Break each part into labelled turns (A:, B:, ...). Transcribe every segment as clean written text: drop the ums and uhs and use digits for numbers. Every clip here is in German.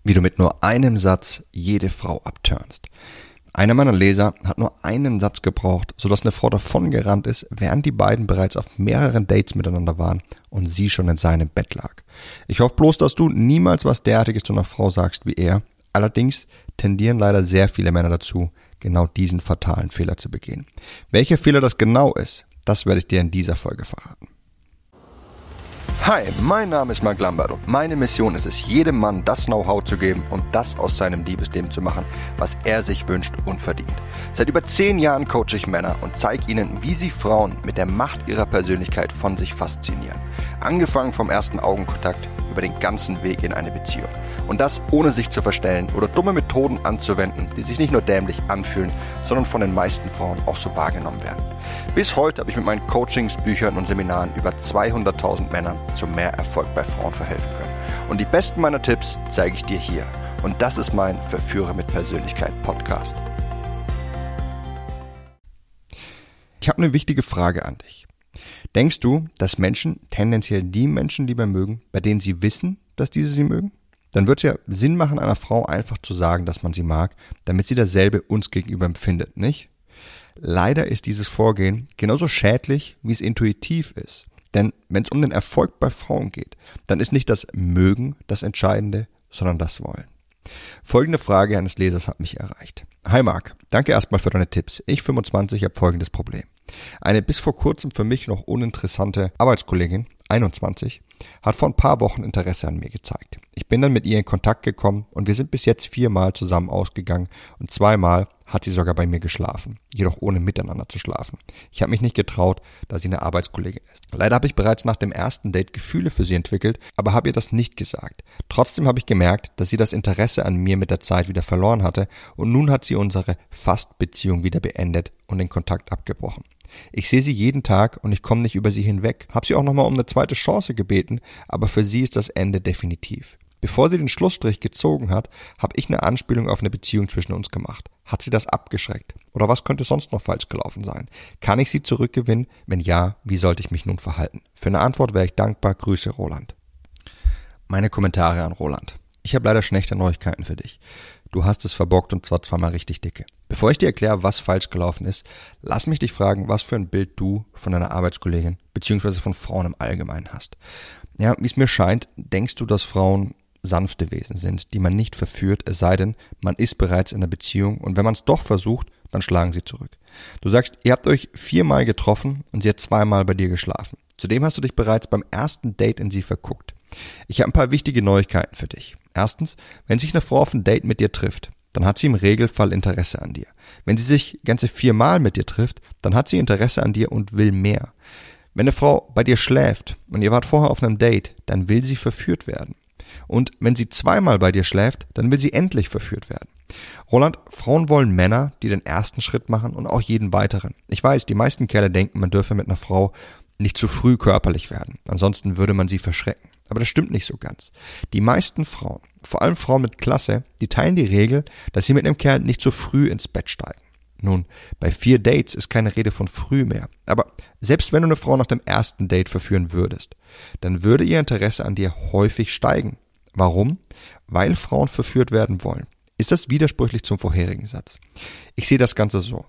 A: wie du mit nur einem Satz jede Frau abturnst. Einer meiner Leser hat nur einen Satz gebraucht, sodass eine Frau davongerannt ist, während die beiden bereits auf mehreren Dates miteinander waren und sie schon in seinem Bett lag. Ich hoffe bloß, dass du niemals was derartiges zu einer Frau sagst wie er. Allerdings tendieren leider sehr viele Männer dazu, genau diesen fatalen Fehler zu begehen. Welcher Fehler das genau ist, das werde ich dir in dieser Folge verraten. Hi, mein Name ist Mark Lambert und meine Mission ist es, jedem Mann das Know-how zu geben und das aus seinem Liebesleben zu machen, was er sich wünscht und verdient. Seit über 10 Jahren coache ich Männer und zeige ihnen, wie sie Frauen mit der Macht ihrer Persönlichkeit von sich faszinieren. Angefangen vom ersten Augenkontakt über den ganzen Weg in eine Beziehung. Und das ohne sich zu verstellen oder dumme Methoden anzuwenden, die sich nicht nur dämlich anfühlen, sondern von den meisten Frauen auch so wahrgenommen werden. Bis heute habe ich mit meinen Coachings, Büchern und Seminaren über 200.000 Männern zu mehr Erfolg bei Frauen verhelfen können. Und die besten meiner Tipps zeige ich dir hier. Und das ist mein Verführer mit Persönlichkeit Podcast. Ich habe eine wichtige Frage an dich. Denkst du, dass Menschen tendenziell die Menschen lieber mögen, bei denen sie wissen, dass diese sie mögen? Dann wird es ja Sinn machen, einer Frau einfach zu sagen, dass man sie mag, damit sie dasselbe uns gegenüber empfindet, nicht? Leider ist dieses Vorgehen genauso schädlich, wie es intuitiv ist. Denn wenn es um den Erfolg bei Frauen geht, dann ist nicht das Mögen das Entscheidende, sondern das Wollen. Folgende Frage eines Lesers hat mich erreicht. Hi Marc, danke erstmal für deine Tipps. Ich 25 habe folgendes Problem. Eine bis vor kurzem für mich noch uninteressante Arbeitskollegin, 21, hat vor ein paar Wochen Interesse an mir gezeigt. Ich bin dann mit ihr in Kontakt gekommen und wir sind bis jetzt 4-mal zusammen ausgegangen und 2-mal hat sie sogar bei mir geschlafen, jedoch ohne miteinander zu schlafen. Ich habe mich nicht getraut, da sie eine Arbeitskollegin ist. Leider habe ich bereits nach dem ersten Date Gefühle für sie entwickelt, aber habe ihr das nicht gesagt. Trotzdem habe ich gemerkt, dass sie das Interesse an mir mit der Zeit wieder verloren hatte und nun hat sie unsere Fast-Beziehung wieder beendet und den Kontakt abgebrochen. Ich sehe sie jeden Tag und ich komme nicht über sie hinweg. Habe sie auch nochmal um eine zweite Chance gebeten, aber für sie ist das Ende definitiv. Bevor sie den Schlussstrich gezogen hat, habe ich eine Anspielung auf eine Beziehung zwischen uns gemacht. Hat sie das abgeschreckt? Oder was könnte sonst noch falsch gelaufen sein? Kann ich sie zurückgewinnen? Wenn ja, wie sollte ich mich nun verhalten? Für eine Antwort wäre ich dankbar. Grüße, Roland. Meine Kommentare an Roland. Ich habe leider schlechte Neuigkeiten für dich. Du hast es verbockt und zwar 2-mal richtig dicke. Bevor ich dir erkläre, was falsch gelaufen ist, lass mich dich fragen, was für ein Bild du von deiner Arbeitskollegin bzw. von Frauen im Allgemeinen hast. Ja, wie es mir scheint, denkst du, dass Frauen sanfte Wesen sind, die man nicht verführt, es sei denn, man ist bereits in einer Beziehung und wenn man es doch versucht, dann schlagen sie zurück. Du sagst, ihr habt euch 4-mal getroffen und sie hat 2-mal bei dir geschlafen. Zudem hast du dich bereits beim ersten Date in sie verguckt. Ich habe ein paar wichtige Neuigkeiten für dich. Erstens, wenn sich eine Frau auf ein Date mit dir trifft, dann hat sie im Regelfall Interesse an dir. Wenn sie sich ganze 4-mal mit dir trifft, dann hat sie Interesse an dir und will mehr. Wenn eine Frau bei dir schläft und ihr wart vorher auf einem Date, dann will sie verführt werden. Und wenn sie 2-mal bei dir schläft, dann will sie endlich verführt werden. Roland, Frauen wollen Männer, die den ersten Schritt machen und auch jeden weiteren. Ich weiß, die meisten Kerle denken, man dürfe mit einer Frau nicht zu früh körperlich werden. Ansonsten würde man sie verschrecken. Aber das stimmt nicht so ganz. Die meisten Frauen, vor allem Frauen mit Klasse, die teilen die Regel, dass sie mit einem Kerl nicht zu früh ins Bett steigen. Nun, bei 4 Dates ist keine Rede von früh mehr. Aber selbst wenn du eine Frau nach dem ersten Date verführen würdest, dann würde ihr Interesse an dir häufig steigen. Warum? Weil Frauen verführt werden wollen. Ist das widersprüchlich zum vorherigen Satz? Ich sehe das Ganze so.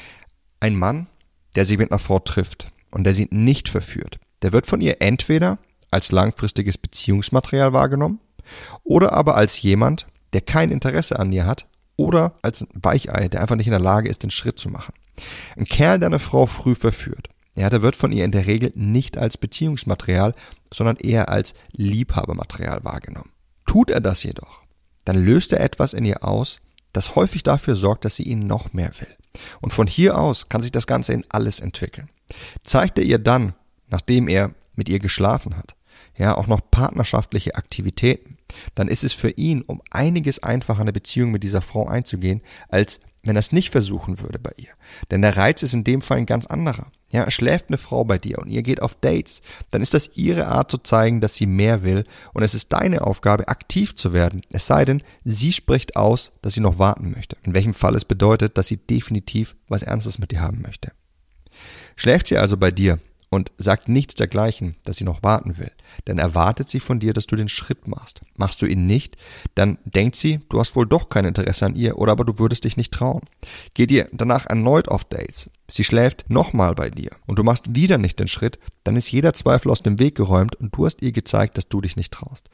A: Ein Mann, der sich mit einer Frau trifft und der sie nicht verführt, der wird von ihr entweder als langfristiges Beziehungsmaterial wahrgenommen oder aber als jemand, der kein Interesse an ihr hat oder als ein Weichei, der einfach nicht in der Lage ist, den Schritt zu machen. Ein Kerl, der eine Frau früh verführt, ja, der wird von ihr in der Regel nicht als Beziehungsmaterial, sondern eher als Liebhabermaterial wahrgenommen. Tut er das jedoch, dann löst er etwas in ihr aus, das häufig dafür sorgt, dass sie ihn noch mehr will. Und von hier aus kann sich das Ganze in alles entwickeln. Zeigt er ihr dann, nachdem er mit ihr geschlafen hat, ja, auch noch partnerschaftliche Aktivitäten, dann ist es für ihn um einiges einfacher, eine Beziehung mit dieser Frau einzugehen, als wenn er es nicht versuchen würde bei ihr. Denn der Reiz ist in dem Fall ein ganz anderer. Ja, schläft eine Frau bei dir und ihr geht auf Dates, dann ist das ihre Art zu zeigen, dass sie mehr will und es ist deine Aufgabe, aktiv zu werden. Es sei denn, sie spricht aus, dass sie noch warten möchte. In welchem Fall es bedeutet, dass sie definitiv was Ernstes mit dir haben möchte. Schläft sie also bei dir und sagt nichts dergleichen, dass sie noch warten will, dann erwartet sie von dir, dass du den Schritt machst. Machst du ihn nicht, dann denkt sie, du hast wohl doch kein Interesse an ihr oder aber du würdest dich nicht trauen. Geht ihr danach erneut auf Dates, sie schläft nochmal bei dir und du machst wieder nicht den Schritt, dann ist jeder Zweifel aus dem Weg geräumt und du hast ihr gezeigt, dass du dich nicht traust.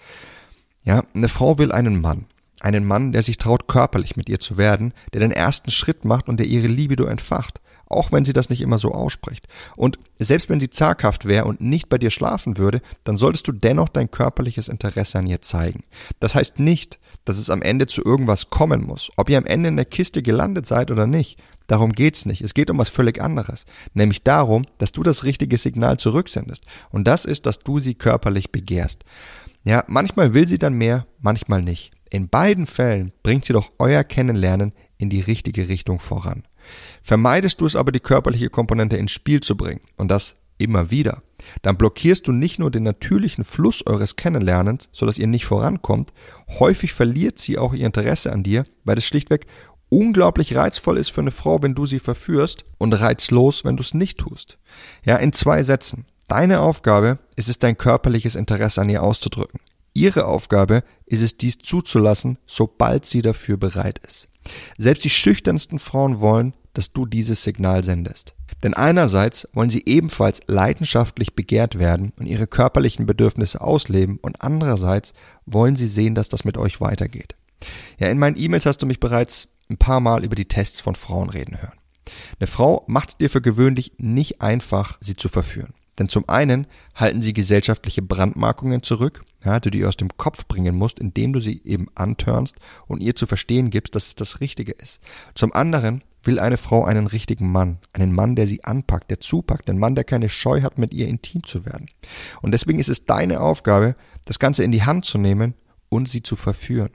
A: Ja, eine Frau will einen Mann, der sich traut, körperlich mit ihr zu werden, der den ersten Schritt macht und der ihre Libido entfacht. Auch wenn sie das nicht immer so ausspricht. Und selbst wenn sie zaghaft wäre und nicht bei dir schlafen würde, dann solltest du dennoch dein körperliches Interesse an ihr zeigen. Das heißt nicht, dass es am Ende zu irgendwas kommen muss. Ob ihr am Ende in der Kiste gelandet seid oder nicht, darum geht's nicht. Es geht um was völlig anderes. Nämlich darum, dass du das richtige Signal zurücksendest. Und das ist, dass du sie körperlich begehrst. Ja, manchmal will sie dann mehr, manchmal nicht. In beiden Fällen bringt sie doch euer Kennenlernen in die richtige Richtung voran. Vermeidest du es aber, die körperliche Komponente ins Spiel zu bringen, und das immer wieder, dann blockierst du nicht nur den natürlichen Fluss eures Kennenlernens, sodass ihr nicht vorankommt, häufig verliert sie auch ihr Interesse an dir, weil es schlichtweg unglaublich reizvoll ist für eine Frau, wenn du sie verführst, und reizlos, wenn du es nicht tust. Ja, in 2 Sätzen. Deine Aufgabe ist es, dein körperliches Interesse an ihr auszudrücken. Ihre Aufgabe ist es, dies zuzulassen, sobald sie dafür bereit ist. Selbst die schüchternsten Frauen wollen, dass du dieses Signal sendest. Denn einerseits wollen sie ebenfalls leidenschaftlich begehrt werden und ihre körperlichen Bedürfnisse ausleben und andererseits wollen sie sehen, dass das mit euch weitergeht. Ja, in meinen E-Mails hast du mich bereits ein paar Mal über die Tests von Frauen reden hören. Eine Frau macht es dir für gewöhnlich nicht einfach, sie zu verführen. Denn zum einen halten sie gesellschaftliche Brandmarkungen zurück, die du ihr aus dem Kopf bringen musst, indem du sie eben antörnst und ihr zu verstehen gibst, dass es das Richtige ist. Zum anderen will eine Frau einen richtigen Mann, einen Mann, der sie anpackt, der zupackt, einen Mann, der keine Scheu hat, mit ihr intim zu werden. Und deswegen ist es deine Aufgabe, das Ganze in die Hand zu nehmen und sie zu verführen.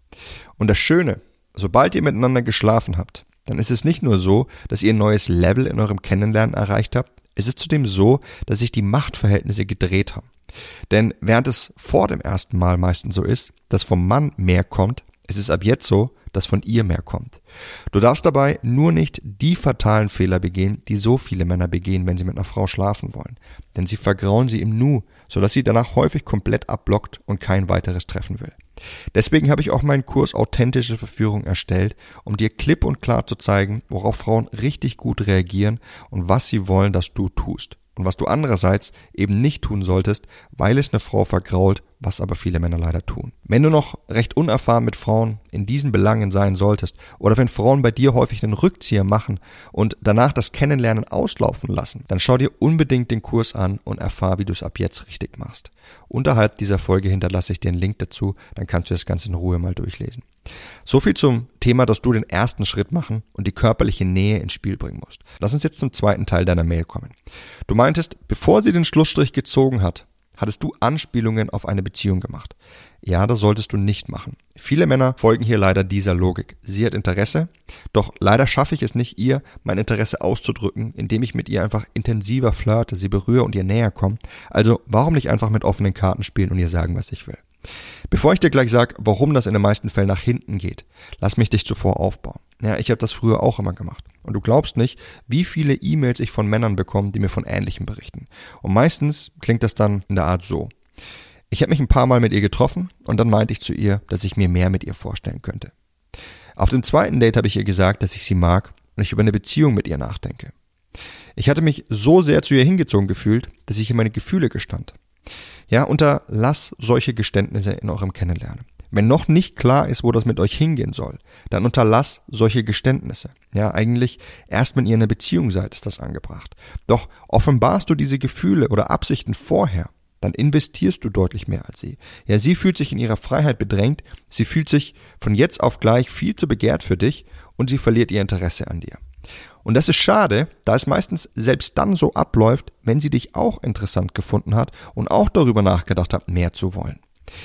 A: Und das Schöne, sobald ihr miteinander geschlafen habt, dann ist es nicht nur so, dass ihr ein neues Level in eurem Kennenlernen erreicht habt, es ist zudem so, dass sich die Machtverhältnisse gedreht haben. Denn während es vor dem ersten Mal meistens so ist, dass vom Mann mehr kommt, ist es ab jetzt so, dass von ihr mehr kommt. Du darfst dabei nur nicht die fatalen Fehler begehen, die so viele Männer begehen, wenn sie mit einer Frau schlafen wollen. Denn sie vergrauen sie im Nu, sodass sie danach häufig komplett abblockt und kein weiteres treffen will. Deswegen habe ich auch meinen Kurs Authentische Verführung erstellt, um dir klipp und klar zu zeigen, worauf Frauen richtig gut reagieren und was sie wollen, dass du tust. Und was du andererseits eben nicht tun solltest, weil es eine Frau vergrault, was aber viele Männer leider tun. Wenn du noch recht unerfahren mit Frauen in diesen Belangen sein solltest oder wenn Frauen bei dir häufig einen Rückzieher machen und danach das Kennenlernen auslaufen lassen, dann schau dir unbedingt den Kurs an und erfahr, wie du es ab jetzt richtig machst. Unterhalb dieser Folge hinterlasse ich dir einen Link dazu, dann kannst du das Ganze in Ruhe mal durchlesen. So viel zum Thema, dass du den ersten Schritt machen und die körperliche Nähe ins Spiel bringen musst. Lass uns jetzt zum zweiten Teil deiner Mail kommen. Du meintest, bevor sie den Schlussstrich gezogen hat, hattest du Anspielungen auf eine Beziehung gemacht. Ja, das solltest du nicht machen. Viele Männer folgen hier leider dieser Logik. Sie hat Interesse, doch leider schaffe ich es nicht, ihr mein Interesse auszudrücken, indem ich mit ihr einfach intensiver flirte, sie berühre und ihr näher komme. Also warum nicht einfach mit offenen Karten spielen und ihr sagen, was ich will? Bevor ich dir gleich sage, warum das in den meisten Fällen nach hinten geht, lass mich dich zuvor aufbauen. Ja, ich habe das früher auch immer gemacht. Und du glaubst nicht, wie viele E-Mails ich von Männern bekomme, die mir von Ähnlichem berichten. Und meistens klingt das dann in der Art so. Ich habe mich ein paar Mal mit ihr getroffen und dann meinte ich zu ihr, dass ich mir mehr mit ihr vorstellen könnte. Auf dem zweiten Date habe ich ihr gesagt, dass ich sie mag und ich über eine Beziehung mit ihr nachdenke. Ich hatte mich so sehr zu ihr hingezogen gefühlt, dass ich ihr meine Gefühle gestand. Ja, unterlass solche Geständnisse in eurem Kennenlernen. Wenn noch nicht klar ist, wo das mit euch hingehen soll, dann unterlass solche Geständnisse. Ja, eigentlich erst wenn ihr in einer Beziehung seid, ist das angebracht. Doch offenbarst du diese Gefühle oder Absichten vorher, dann investierst du deutlich mehr als sie. Ja, sie fühlt sich in ihrer Freiheit bedrängt, sie fühlt sich von jetzt auf gleich viel zu begehrt für dich und sie verliert ihr Interesse an dir. Und das ist schade, da es meistens selbst dann so abläuft, wenn sie dich auch interessant gefunden hat und auch darüber nachgedacht hat, mehr zu wollen.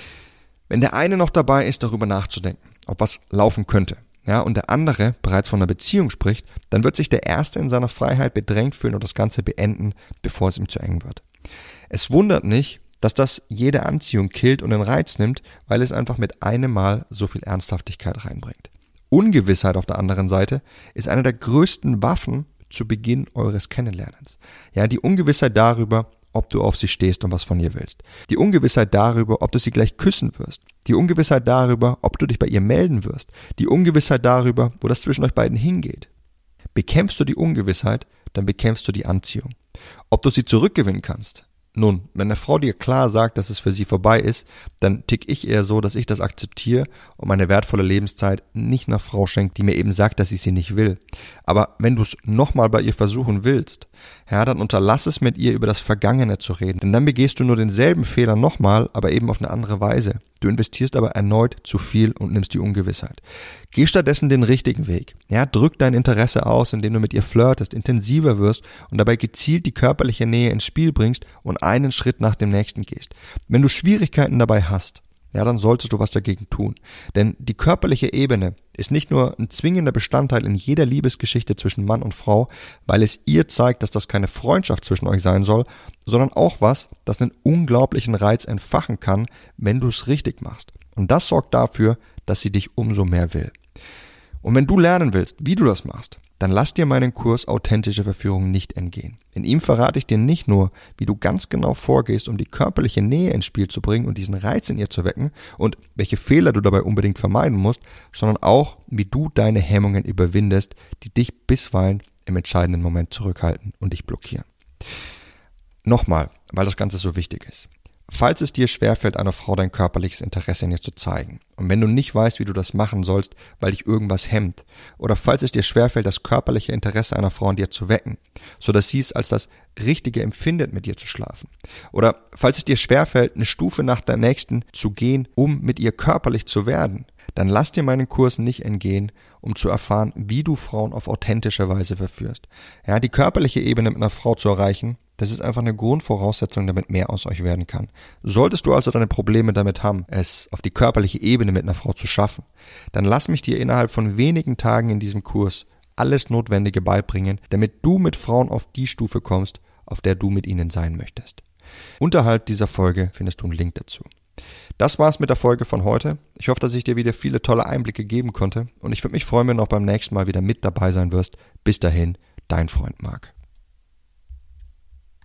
A: Wenn der eine noch dabei ist, darüber nachzudenken, ob was laufen könnte, ja, und der andere bereits von einer Beziehung spricht, dann wird sich der Erste in seiner Freiheit bedrängt fühlen und das Ganze beenden, bevor es ihm zu eng wird. Es wundert nicht, dass das jede Anziehung killt und den Reiz nimmt, weil es einfach mit einem Mal so viel Ernsthaftigkeit reinbringt. Ungewissheit auf der anderen Seite ist eine der größten Waffen, zu Beginn eures Kennenlernens. Ja, die Ungewissheit darüber, ob du auf sie stehst und was von ihr willst. Die Ungewissheit darüber, ob du sie gleich küssen wirst. Die Ungewissheit darüber, ob du dich bei ihr melden wirst. Die Ungewissheit darüber, wo das zwischen euch beiden hingeht. Bekämpfst du die Ungewissheit, dann bekämpfst du die Anziehung. Ob du sie zurückgewinnen kannst? Nun, wenn eine Frau dir klar sagt, dass es für sie vorbei ist, dann tick ich eher so, dass ich das akzeptiere und meine wertvolle Lebenszeit nicht einer Frau schenke, die mir eben sagt, dass ich sie nicht will. Aber wenn du es nochmal bei ihr versuchen willst, ja, dann unterlass es mit ihr über das Vergangene zu reden, denn dann begehst du nur denselben Fehler nochmal, aber eben auf eine andere Weise. Du investierst aber erneut zu viel und nimmst die Ungewissheit. Geh stattdessen den richtigen Weg. Ja, drück dein Interesse aus, indem du mit ihr flirtest, intensiver wirst und dabei gezielt die körperliche Nähe ins Spiel bringst und einen Schritt nach dem nächsten gehst. Wenn du Schwierigkeiten dabei hast, ja, dann solltest du was dagegen tun. Denn die körperliche Ebene ist nicht nur ein zwingender Bestandteil in jeder Liebesgeschichte zwischen Mann und Frau, weil es ihr zeigt, dass das keine Freundschaft zwischen euch sein soll, sondern auch was, das einen unglaublichen Reiz entfachen kann, wenn du es richtig machst. Und das sorgt dafür, dass sie dich umso mehr will. Und wenn du lernen willst, wie du das machst, dann lass dir meinen Kurs Authentische Verführung nicht entgehen. In ihm verrate ich dir nicht nur, wie du ganz genau vorgehst, um die körperliche Nähe ins Spiel zu bringen und diesen Reiz in ihr zu wecken und welche Fehler du dabei unbedingt vermeiden musst, sondern auch, wie du deine Hemmungen überwindest, die dich bisweilen im entscheidenden Moment zurückhalten und dich blockieren. Nochmal, weil das Ganze so wichtig ist. Falls es dir schwerfällt, einer Frau dein körperliches Interesse in ihr zu zeigen und wenn du nicht weißt, wie du das machen sollst, weil dich irgendwas hemmt, oder falls es dir schwerfällt, das körperliche Interesse einer Frau in dir zu wecken, sodass sie es als das Richtige empfindet, mit dir zu schlafen, oder falls es dir schwerfällt, eine Stufe nach der nächsten zu gehen, um mit ihr körperlich zu werden, dann lass dir meinen Kurs nicht entgehen, um zu erfahren, wie du Frauen auf authentische Weise verführst. Ja, die körperliche Ebene mit einer Frau zu erreichen, das ist einfach eine Grundvoraussetzung, damit mehr aus euch werden kann. Solltest du also deine Probleme damit haben, es auf die körperliche Ebene mit einer Frau zu schaffen, dann lass mich dir innerhalb von wenigen Tagen in diesem Kurs alles Notwendige beibringen, damit du mit Frauen auf die Stufe kommst, auf der du mit ihnen sein möchtest. Unterhalb dieser Folge findest du einen Link dazu. Das war's mit der Folge von heute. Ich hoffe, dass ich dir wieder viele tolle Einblicke geben konnte und ich würde mich freuen, wenn du auch beim nächsten Mal wieder mit dabei sein wirst. Bis dahin, dein Freund Marc.